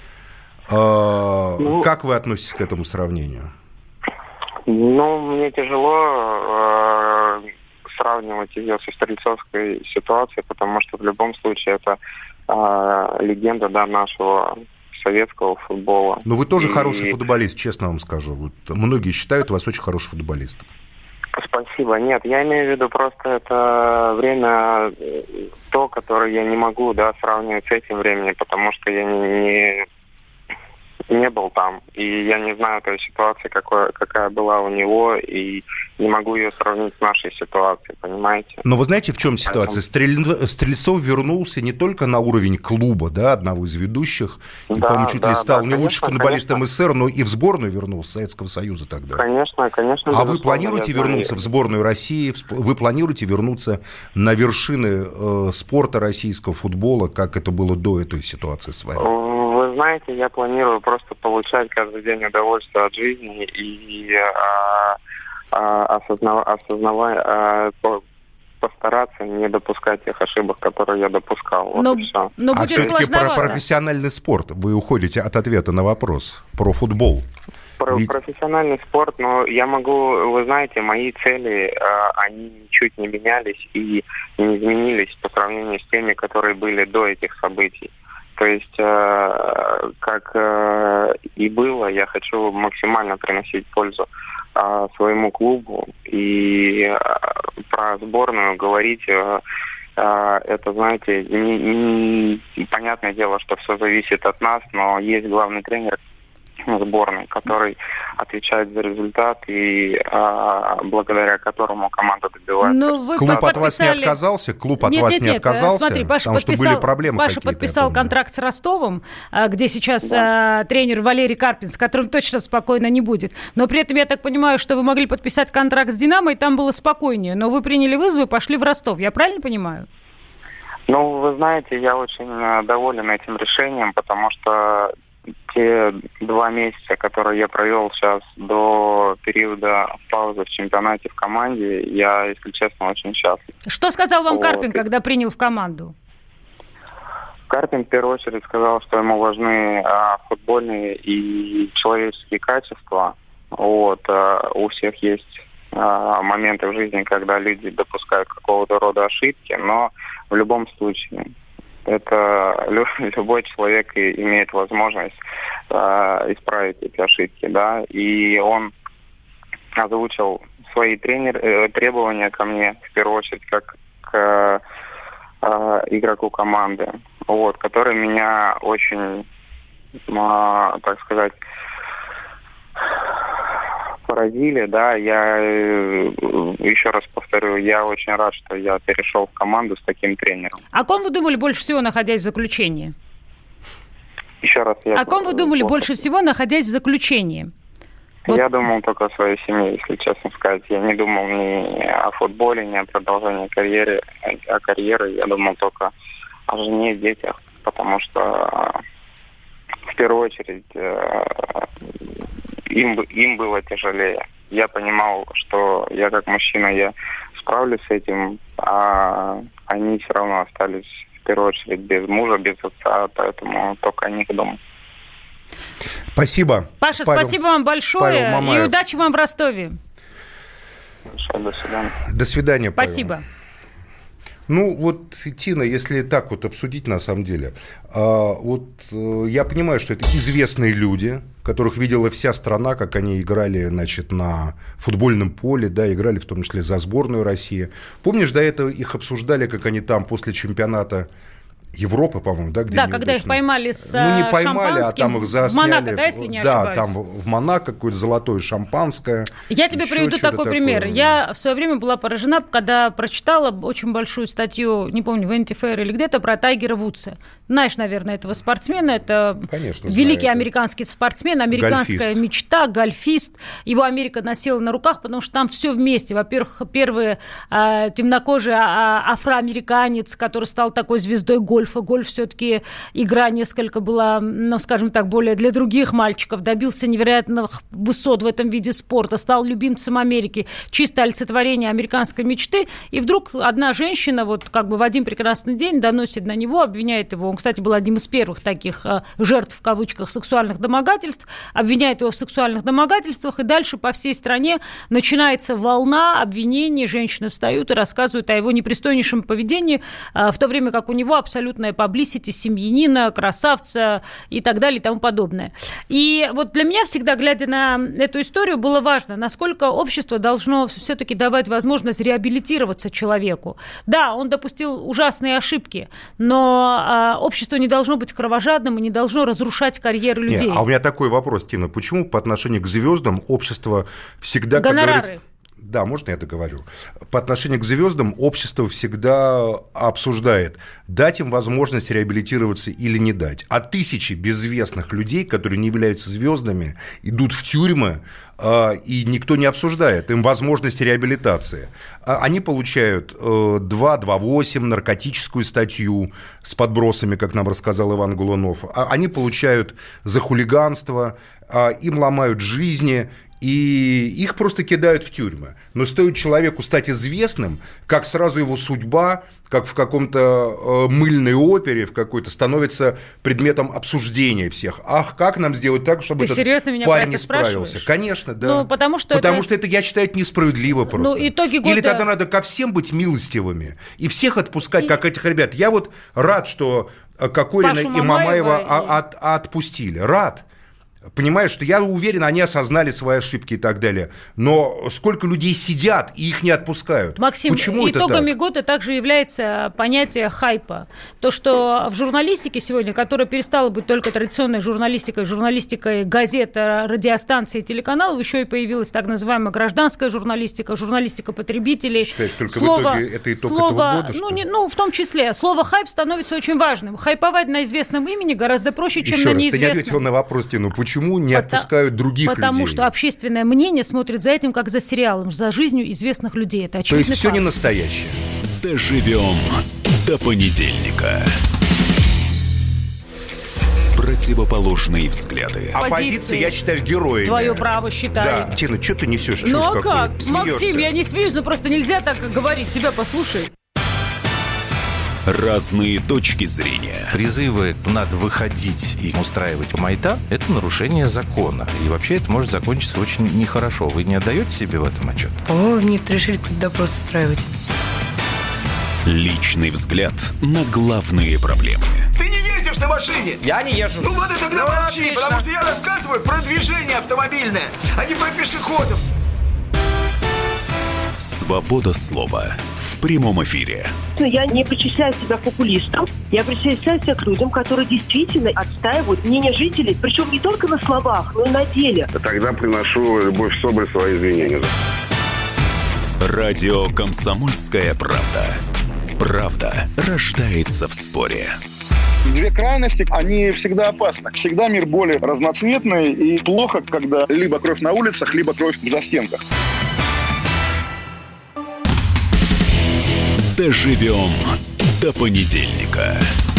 Ну, как вы относитесь к этому сравнению? Ну, мне тяжело э, сравнивать ее со стрельцовской ситуацией, потому что в любом случае это э, легенда, да, нашего советского футбола. Но вы тоже и... хороший футболист, честно вам скажу. Вот многие считают вас очень хорошим футболистом. Спасибо. Нет, я имею в виду просто это время, то, которое я не могу, да, сравнивать с этим временем, потому что я не, не, не был там. И я не знаю той ситуации, какой, какая была у него, и не могу ее сравнить с нашей ситуацией, понимаете? Но вы знаете, в чем ситуация? Стрель... Стрельцов вернулся не только на уровень клуба, да, одного из ведущих, и, да, по-моему, чуть да, ли стал да, не лучшим футболистом конечно. СССР, но и в сборную вернулся Советского Союза тогда. Конечно, конечно. А вы планируете вернуться знаю. в сборную России? Вы планируете вернуться на вершины э, спорта российского футбола, как это было до этой ситуации с вами? Вы знаете, я планирую просто получать каждый день удовольствие от жизни и а, а, осознав, осознавая, а, постараться не допускать тех ошибок, которые я допускал. Вот но, и все. Но а все-таки про профессиональный спорт вы уходите от ответа на вопрос про футбол. Про Ведь... профессиональный спорт, но я могу, вы знаете, мои цели, они ничуть не менялись и не изменились по сравнению с теми, которые были до этих событий. То есть, э, как э, и было, я хочу максимально приносить пользу э, своему клубу. И э, про сборную говорить, э, э, это, знаете, не, не, понятное дело, что все зависит от нас, но есть главный тренер сборной, который отвечает за результат и а, благодаря которому команда добивается. Ну, Клуб подписали... от вас не отказался? Клуб от нет, вас нет, не нет. отказался? Смотри, Паша потому подписал, что были проблемы Паша какие-то, подписал контракт с Ростовом, где сейчас да. а, тренер Валерий Карпин, с которым точно спокойно не будет. Но при этом я так понимаю, что вы могли подписать контракт с «Динамо», и там было спокойнее. Но вы приняли вызов и пошли в Ростов. Я правильно понимаю? Ну, вы знаете, я очень доволен этим решением, потому что те два месяца, которые я провел сейчас до периода паузы в чемпионате в команде, я, если честно, очень счастлив. Что сказал вам вот. Карпин, когда принял в команду? Карпин в первую очередь сказал, что ему важны а, футбольные и человеческие качества. Вот, а, у всех есть а, моменты в жизни, когда люди допускают какого-то рода ошибки, но в любом случае это любой человек имеет возможность э, исправить эти ошибки, да, и он озвучил свои тренер, э, требования ко мне, в первую очередь, как к э, игроку команды, вот, которые меня очень, э, так сказать, поразили, да, я еще раз повторю, я очень рад, что я перешел в команду с таким тренером. О ком вы думали больше всего, находясь в заключении? Еще раз. Я о ком вы думали плохо. больше всего, находясь в заключении? Вот. Я думал только о своей семье, если честно сказать. Я не думал ни о футболе, ни о продолжении карьеры, о карьере. Я думал только о жене, детях, потому что в первую очередь Им, им было тяжелее. Я понимал, что я как мужчина, я справлюсь с этим, а они все равно остались в первую очередь без мужа, без отца, поэтому только о них думал. Спасибо. Паша, Павел, спасибо вам большое и удачи вам в Ростове. Хорошо, до свидания. До свидания, Павел. Спасибо. Ну, вот, Тина, если так вот обсудить на самом деле, э, вот э, я понимаю, что это известные люди, которых видела вся страна, как они играли, значит, на футбольном поле, да, играли в том числе за сборную России. Помнишь, до этого их обсуждали, как они там после чемпионата Европы, по-моему, да, где да, когда их поймали с ну, не поймали, а там их засняли. В Монако, да, если не ошибаюсь? Да, там в Монако какое-то золотое шампанское. Я тебе приведу такой такое. пример. Я в свое время была поражена, когда прочитала очень большую статью, не помню, в Vanity Fair или где-то, про Тайгера Вудса. Знаешь, наверное, этого спортсмена. Это Конечно, великий знаю, американский спортсмен, американская гольфист. мечта, гольфист. Его Америка носила на руках, потому что там все вместе. Во-первых, первый э, темнокожий э, афроамериканец, который стал такой звездой гольфа. Гольф все-таки игра несколько была, ну, скажем так, более для других мальчиков. Добился невероятных высот в этом виде спорта. Стал любимцем Америки. Чистое олицетворение американской мечты. И вдруг одна женщина вот как бы в один прекрасный день доносит на него, обвиняет его. Он, кстати, был одним из первых таких э, жертв, в кавычках, сексуальных домогательств. Обвиняет его в сексуальных домогательствах. И дальше по всей стране начинается волна обвинений. Женщины встают и рассказывают о его непристойнейшем поведении, э, в то время как у него абсолютно абсолютное паблисити семьянина, красавца и так далее и тому подобное. И вот для меня всегда, глядя на эту историю, было важно, насколько общество должно все-таки давать возможность реабилитироваться человеку. Да, он допустил ужасные ошибки, но а, общество не должно быть кровожадным и не должно разрушать карьеры людей. Не, а у меня такой вопрос, Тина. Почему по отношению к звездам общество всегда... Гонорары. Как говорится, да, можно я договорю? По отношению к звездам общество всегда обсуждает, дать им возможность реабилитироваться или не дать. А тысячи безвестных людей, которые не являются звездами, идут в тюрьмы, и никто не обсуждает им возможность реабилитации. Они получают два, два восемь, наркотическую статью с подбросами, как нам рассказал Иван Голунов. Они получают за хулиганство, им ломают жизни, и их просто кидают в тюрьмы. Но стоит человеку стать известным, как сразу его судьба, как в каком-то э, мыльной опере, в какой-то, становится предметом обсуждения всех. Ах, как нам сделать так, чтобы Ты этот меня парень не справился? Конечно, да. Ну, потому что, потому это... что это, я считаю, это несправедливо просто. Ну, итоги года... Или тогда надо ко всем быть милостивыми и всех отпускать, и... как этих ребят. Я вот рад, что Кокорина и Мамаева и... От, отпустили. Рад. Понимаешь, что я уверен, они осознали свои ошибки и так далее. Но сколько людей сидят и их не отпускают? Максим, почему итогами это так? года также является понятие хайпа. То, что в журналистике сегодня, которая перестала быть только традиционной журналистикой, журналистикой газет, радиостанций и телеканалов, еще и появилась так называемая гражданская журналистика, журналистика потребителей. Считаешь, только слово, в итоге это итог слово, этого года? Ну, не, ну, в том числе. Слово хайп становится очень важным. Хайповать на известном имени гораздо проще, чем еще на раз, неизвестном. Ты не ответил на вопрос, Тину, почему не Потому, отпускают других потому людей? Потому что общественное мнение смотрит за этим, как за сериалом, за жизнью известных людей. Это очевидно. То есть все не настоящее. Доживем до понедельника. Противоположные взгляды. Оппозиция, я считаю, героями. Твое право считаю. Да. Тина, что ты несешь? Ну а какую? как? Смеешься. Максим, я не смеюсь, но просто нельзя так говорить. Себя послушай. Разные точки зрения. Призывы «надо выходить и устраивать майдан» — это нарушение закона. И вообще это может закончиться очень нехорошо. Вы не отдаете себе в этом отчет? О, нет, решили допрос устраивать. Личный взгляд на главные проблемы. Ты не ездишь на машине? Я не езжу. Ну вот и тогда ну, молчи, отлично. Потому что я рассказываю про движение автомобильное, а не про пешеходов. Свобода слова в прямом эфире. Я не причисляю себя популистом. Я причисляю себя к людям, которые действительно отстаивают мнение жителей. Причем не только на словах, но и на деле. Тогда приношу Любовь Соболь свои извинения. Радио «Комсомольская правда». Правда рождается в споре. Две крайности, они всегда опасны. Всегда мир более разноцветный, и плохо, когда либо кровь на улицах, либо кровь в застенках. Доживем до понедельника.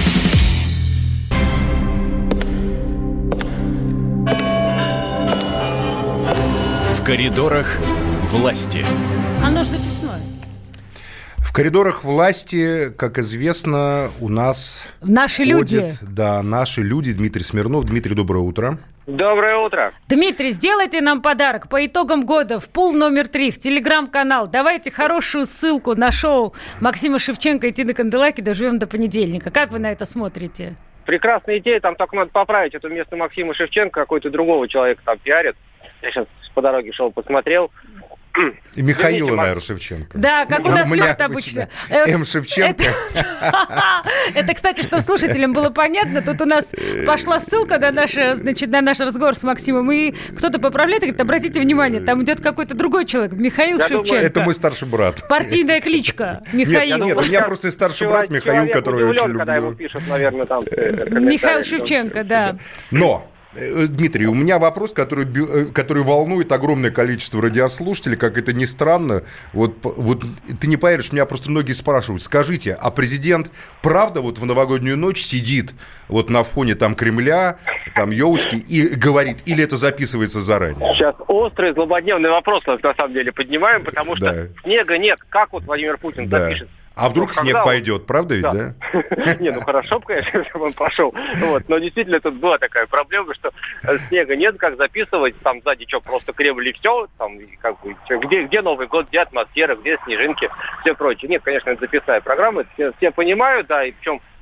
В коридорах власти. Оно же записное. В коридорах власти, как известно, у нас наши ходят, люди. Да, наши люди. Дмитрий Смирнов. Дмитрий, доброе утро. Доброе утро. Дмитрий, сделайте нам подарок по итогам года в пул номер три в телеграм-канал. Давайте хорошую ссылку на шоу Максима Шевченко и Тины Канделаки «Доживем до понедельника». Как вы на это смотрите? Прекрасная идея. Там только надо поправить. Это вместо Максима Шевченко какой-то другого человека там пиарит. Я сейчас по дороге шел, посмотрел. И Михаила, наверное, Шевченко. Да, как у нас Лёд обычно. М. Шевченко. Это, кстати, что слушателям было понятно. Тут у нас пошла ссылка на наш, значит, на наш разговор с Максимом, и кто-то поправляет и говорит, обратите внимание, там идет какой-то другой человек, Михаил Шевченко. Это мой старший брат. Партийная кличка Михаил. Нет, у меня просто старший брат Михаил, которого я очень люблю. Когда его пишут, наверное, там... Михаил Шевченко, да. Но... Дмитрий, у меня вопрос, который, который волнует огромное количество радиослушателей, как это ни странно. Вот, вот ты не поверишь, меня просто многие спрашивают, скажите, а президент правда вот в новогоднюю ночь сидит вот на фоне там Кремля, там елочки и говорит, или это записывается заранее? Сейчас острый, злободневный вопрос на самом деле поднимаем, потому что да. снега нет. Как вот Владимир Путин да. запишет? А вдруг ну, снег пойдет, правда ведь, да? да? Не, ну хорошо, конечно, если бы он пошел. Вот. Но действительно тут была такая проблема, что снега нет, как записывать, там сзади что, просто Кремль и все, там, как бы, что, где, где Новый год, где атмосфера, где снежинки, все прочее. Нет, конечно, это записная программа, это все, все понимают, да, и причем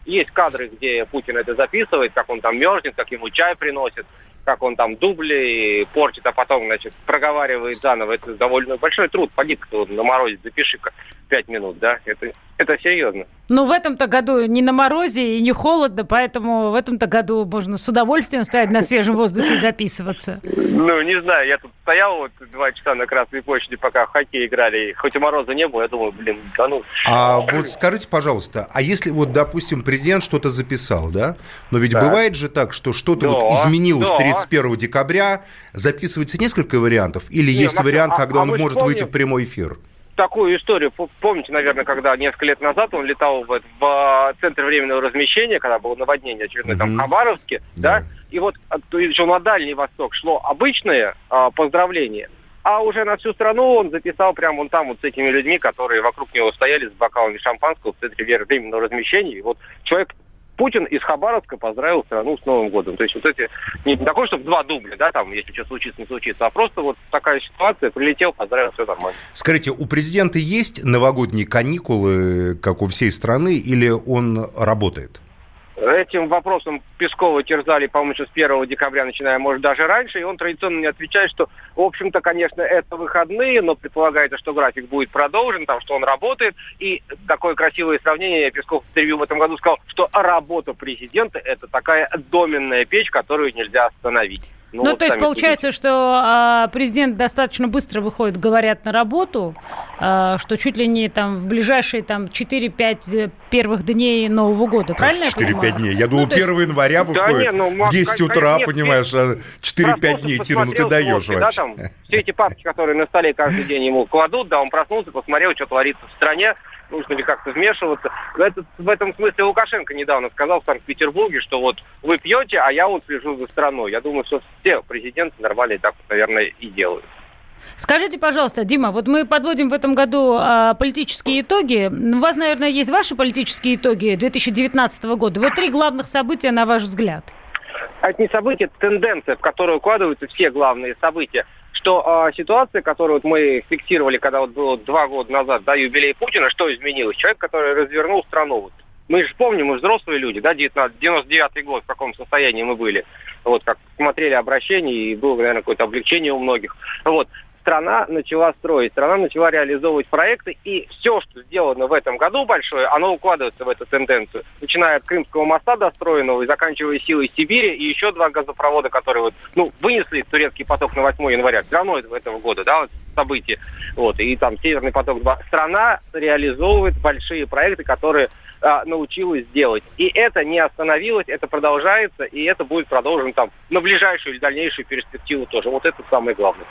есть кадры, где Путин это записывает, как он там мерзнет, как ему чай приносит, как он там дубли портит, а потом, значит, проговаривает заново. Это довольно большой труд. Поди-ка на морозе, запиши-ка пять минут, да? Это, это серьезно. Ну, в этом-то году не на морозе и не холодно, поэтому в этом-то году можно с удовольствием стоять на свежем воздухе и записываться. Ну, не знаю, я тут стоял вот два часа на Красной площади, пока в хоккей играли, и хоть и мороза не было, я думаю, блин, да ну... А вот скажите, пожалуйста, а если вот, допустим, президент что-то записал, да? Но ведь да. бывает же так, что что-то да, вот изменилось да. тридцать первого декабря, записывается несколько вариантов, или не, есть Максим, вариант, когда а, он а может помним... выйти в прямой эфир? Такую историю, помните, наверное, когда несколько лет назад он летал в, в центр временного размещения, когда было наводнение очередное, mm-hmm. там, в Хабаровске, да. да, и вот еще на Дальний Восток шло обычное а, поздравление, а уже на всю страну он записал прямо вон там вот с этими людьми, которые вокруг него стояли с бокалами шампанского в центре временного размещения, и вот человек Путин из Хабаровска поздравил страну с Новым годом. То есть вот эти, не такое, чтобы два дубля, да, там, если что случится, не случится, а просто вот такая ситуация, прилетел, поздравил, все нормально. Скажите, у президента есть новогодние каникулы, как у всей страны, или он работает? Этим вопросом Пескова терзали, по-моему, с первого декабря, начиная, может, даже раньше, и он традиционно мне отвечает, что, в общем-то, конечно, это выходные, но предполагается, что график будет продолжен, там, что он работает, и такое красивое сравнение, Песков в интервью в этом году сказал, что работа президента – это такая доменная печь, которую нельзя остановить. Ну, ну вот то есть получается, видите. что а, президент достаточно быстро выходит, говорят, на работу, а, что чуть ли не там в ближайшие там четыре-пять первых дней Нового года, правильно четыре-пять дней? Я думал, ну, первого есть... января выходит, да, не, ну, в десять утра, нет, понимаешь, а четыре-пять дней, Тина, ну ты даешь вообще. Да, там, все эти папки, которые на столе каждый день ему кладут, да, он проснулся, посмотрел, что творится в стране, нужно ли как-то вмешиваться. Это, в этом смысле Лукашенко недавно сказал в Санкт-Петербурге, что вот вы пьете, а я вот слежу за страной. Я думаю, что все президенты нормально так вот, наверное, и делают. Скажите, пожалуйста, Дима, вот мы подводим в этом году а, политические итоги. У вас, наверное, есть ваши политические итоги две тысячи девятнадцатого года. Вот три главных события, на ваш взгляд. Это не события, это тенденция, в которую укладываются все главные события. Что э, ситуация, которую вот мы фиксировали, когда вот было два года назад, да, юбилей Путина, что изменилось? Человек, который развернул страну. Вот. Мы же помним, мы взрослые люди, да, девяносто девятый год, в каком состоянии мы были. Вот, как смотрели обращения, и было, наверное, какое-то облегчение у многих. Вот. Страна начала строить, страна начала реализовывать проекты, и все, что сделано в этом году большое, оно укладывается в эту тенденцию. Начиная от Крымского моста достроенного и заканчивая силой Сибири, и еще два газопровода, которые вот, ну, вынесли турецкий поток на восьмое января, все равно это этого года, да, вот, события. Вот, и там Северный поток-два. Страна реализовывает большие проекты, которые а, научилась делать. И это не остановилось, это продолжается, и это будет продолжено там на ближайшую или дальнейшую перспективу тоже. Вот это самое главное.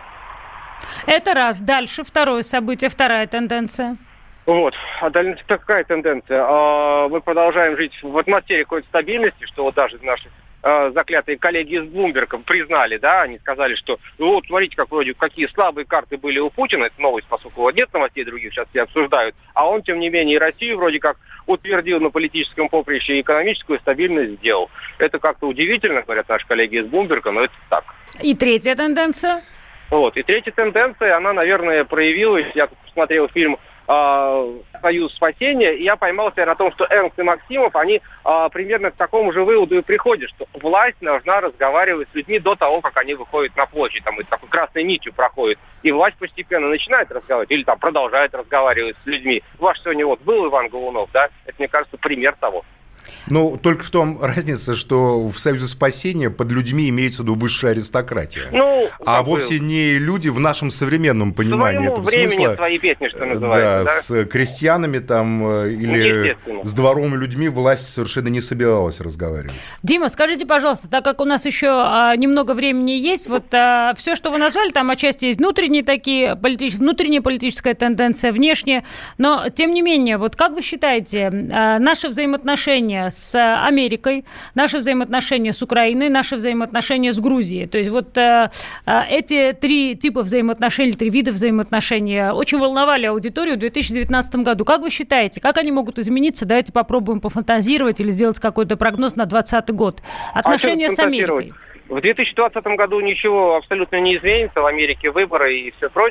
Это раз. Дальше второе событие, вторая тенденция. Вот. А дальше какая тенденция? А, мы продолжаем жить в атмосфере какой-то стабильности, что вот даже наши а, заклятые коллеги из Блумберга признали, да, они сказали, что ну, вот смотрите, как вроде какие слабые карты были у Путина, это новость, поскольку вот нет новостей других, сейчас все обсуждают, а он, тем не менее, и Россию вроде как утвердил на политическом поприще и экономическую стабильность сделал. Это как-то удивительно, говорят наши коллеги из Блумберга, но это так. И третья тенденция? Вот. И третья тенденция, она, наверное, проявилась. Я тут посмотрел фильм э, «Союз спасения», и я поймал себя на том, что Эрнст и Максимов, они э, примерно к такому же выводу и приходят, что власть должна разговаривать с людьми до того, как они выходят на площадь, там, и такой красной нитью проходит. И власть постепенно начинает разговаривать, или там продолжает разговаривать с людьми. Ваш сегодня вот был Иван Голунов, да? Это, мне кажется, пример того. Ну, только в том разница, что в Союзе спасения под людьми имеется в виду высшая аристократия. Ну, а вовсе бы... не люди в нашем современном понимании этого смысла. Свои песни, что называется, да, да, с крестьянами там или с дворовыми людьми власть совершенно не собиралась разговаривать. Дима, скажите, пожалуйста, так как у нас еще а, немного времени есть, вот а, все, что вы назвали, там отчасти есть внутренние такие, политич... внутренняя политическая тенденция, внешняя, но тем не менее, вот как вы считаете, а, наши взаимоотношения с Америкой, наши взаимоотношения с Украиной, наши взаимоотношения с Грузией. То есть вот э, эти три типа взаимоотношений, три вида взаимоотношений очень волновали аудиторию в две тысячи девятнадцатом году. Как вы считаете, как они могут измениться? Давайте попробуем пофантазировать или сделать какой-то прогноз на двадцатый год. Отношения а с Америкой. В две тысячи двадцатом году ничего абсолютно не изменится. В Америке выборы и все прочее.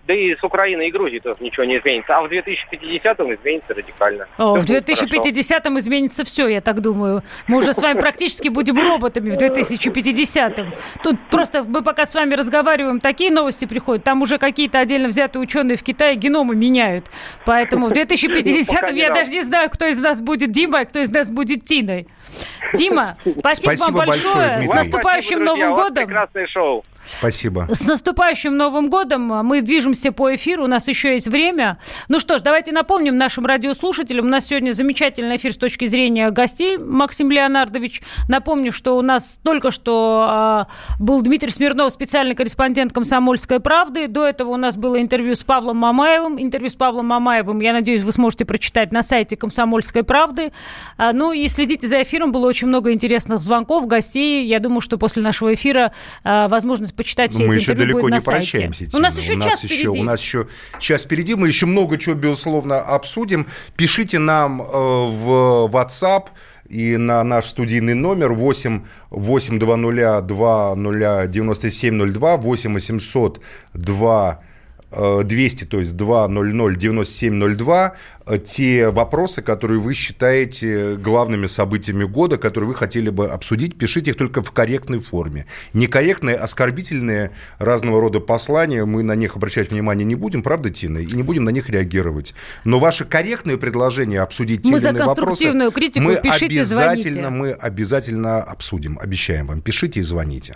Да и с Украиной и Грузией тоже ничего не изменится. А в две тысячи пятидесятом изменится радикально. О, в две тысячи пятидесятом изменится все, я так думаю. Мы уже с вами практически будем роботами в две тысячи пятидесятом. Тут просто мы пока с вами разговариваем, такие новости приходят. Там уже какие-то отдельно взятые ученые в Китае геномы меняют. Поэтому в две тысячи пятидесятом я даже не знаю, кто из нас будет Димой, а кто из нас будет Тиной. Дима, спасибо, спасибо вам большое. большое с наступающим спасибо, Новым годом. Прекрасное шоу. Спасибо. С наступающим Новым годом. Мы движемся по эфиру, у нас еще есть время. Ну что ж, давайте напомним нашим радиослушателям. У нас сегодня замечательный эфир с точки зрения гостей. Максим Леонардович. Напомню, что у нас только что э, был Дмитрий Смирнов, специальный корреспондент «Комсомольской правды». До этого у нас было интервью с Павлом Мамаевым. Интервью с Павлом Мамаевым, я надеюсь, вы сможете прочитать на сайте «Комсомольской правды». А, ну и следите за эфиром. Было очень много интересных звонков, гостей. Я думаю, что после нашего эфира э, возможность почитать все мы эти еще интервью далеко будет не на сайте. прощаемся, Тина. У нас еще у час нас впереди. Еще, у нас еще час впереди. Мы еще много чего, безусловно, обсудим. Пишите нам э, в WhatsApp и на наш студийный номер восемь восемь два ноль два ноль девяносто семь ноль два, восемь восемьсот два двести, то есть два ноль ноль девяносто семь ноль два, те вопросы, которые вы считаете главными событиями года, которые вы хотели бы обсудить, пишите их только в корректной форме. Некорректные, оскорбительные разного рода послания, мы на них обращать внимание не будем, правда, Тина? И не будем на них реагировать. Но ваши корректные предложения обсудить те мы или иные вопросы... Мы за конструктивную критику, мы пишите, обязательно, звоните. Мы обязательно обсудим, обещаем вам. Пишите и звоните.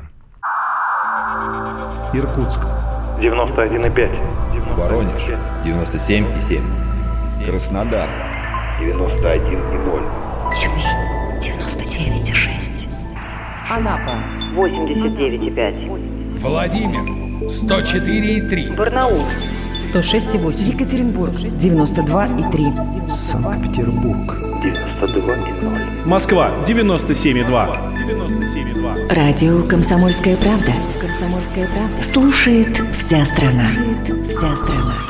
Иркутск. девяносто один и пять. Воронеж. девяносто семь и семь. Краснодар. девяносто один и ноль. Тюмень. девяносто девять и шесть. Анапа. восемьдесят девять и пять. Владимир. сто четыре и три. Барнаул. сто шесть и восемь. Екатеринбург. девяносто два и три. Санкт-Петербург. девяносто два и ноль. Москва. девяносто семь и два. Радио «Комсомольская правда». «Комсомольская правда». Слушает вся страна. Слушает вся страна.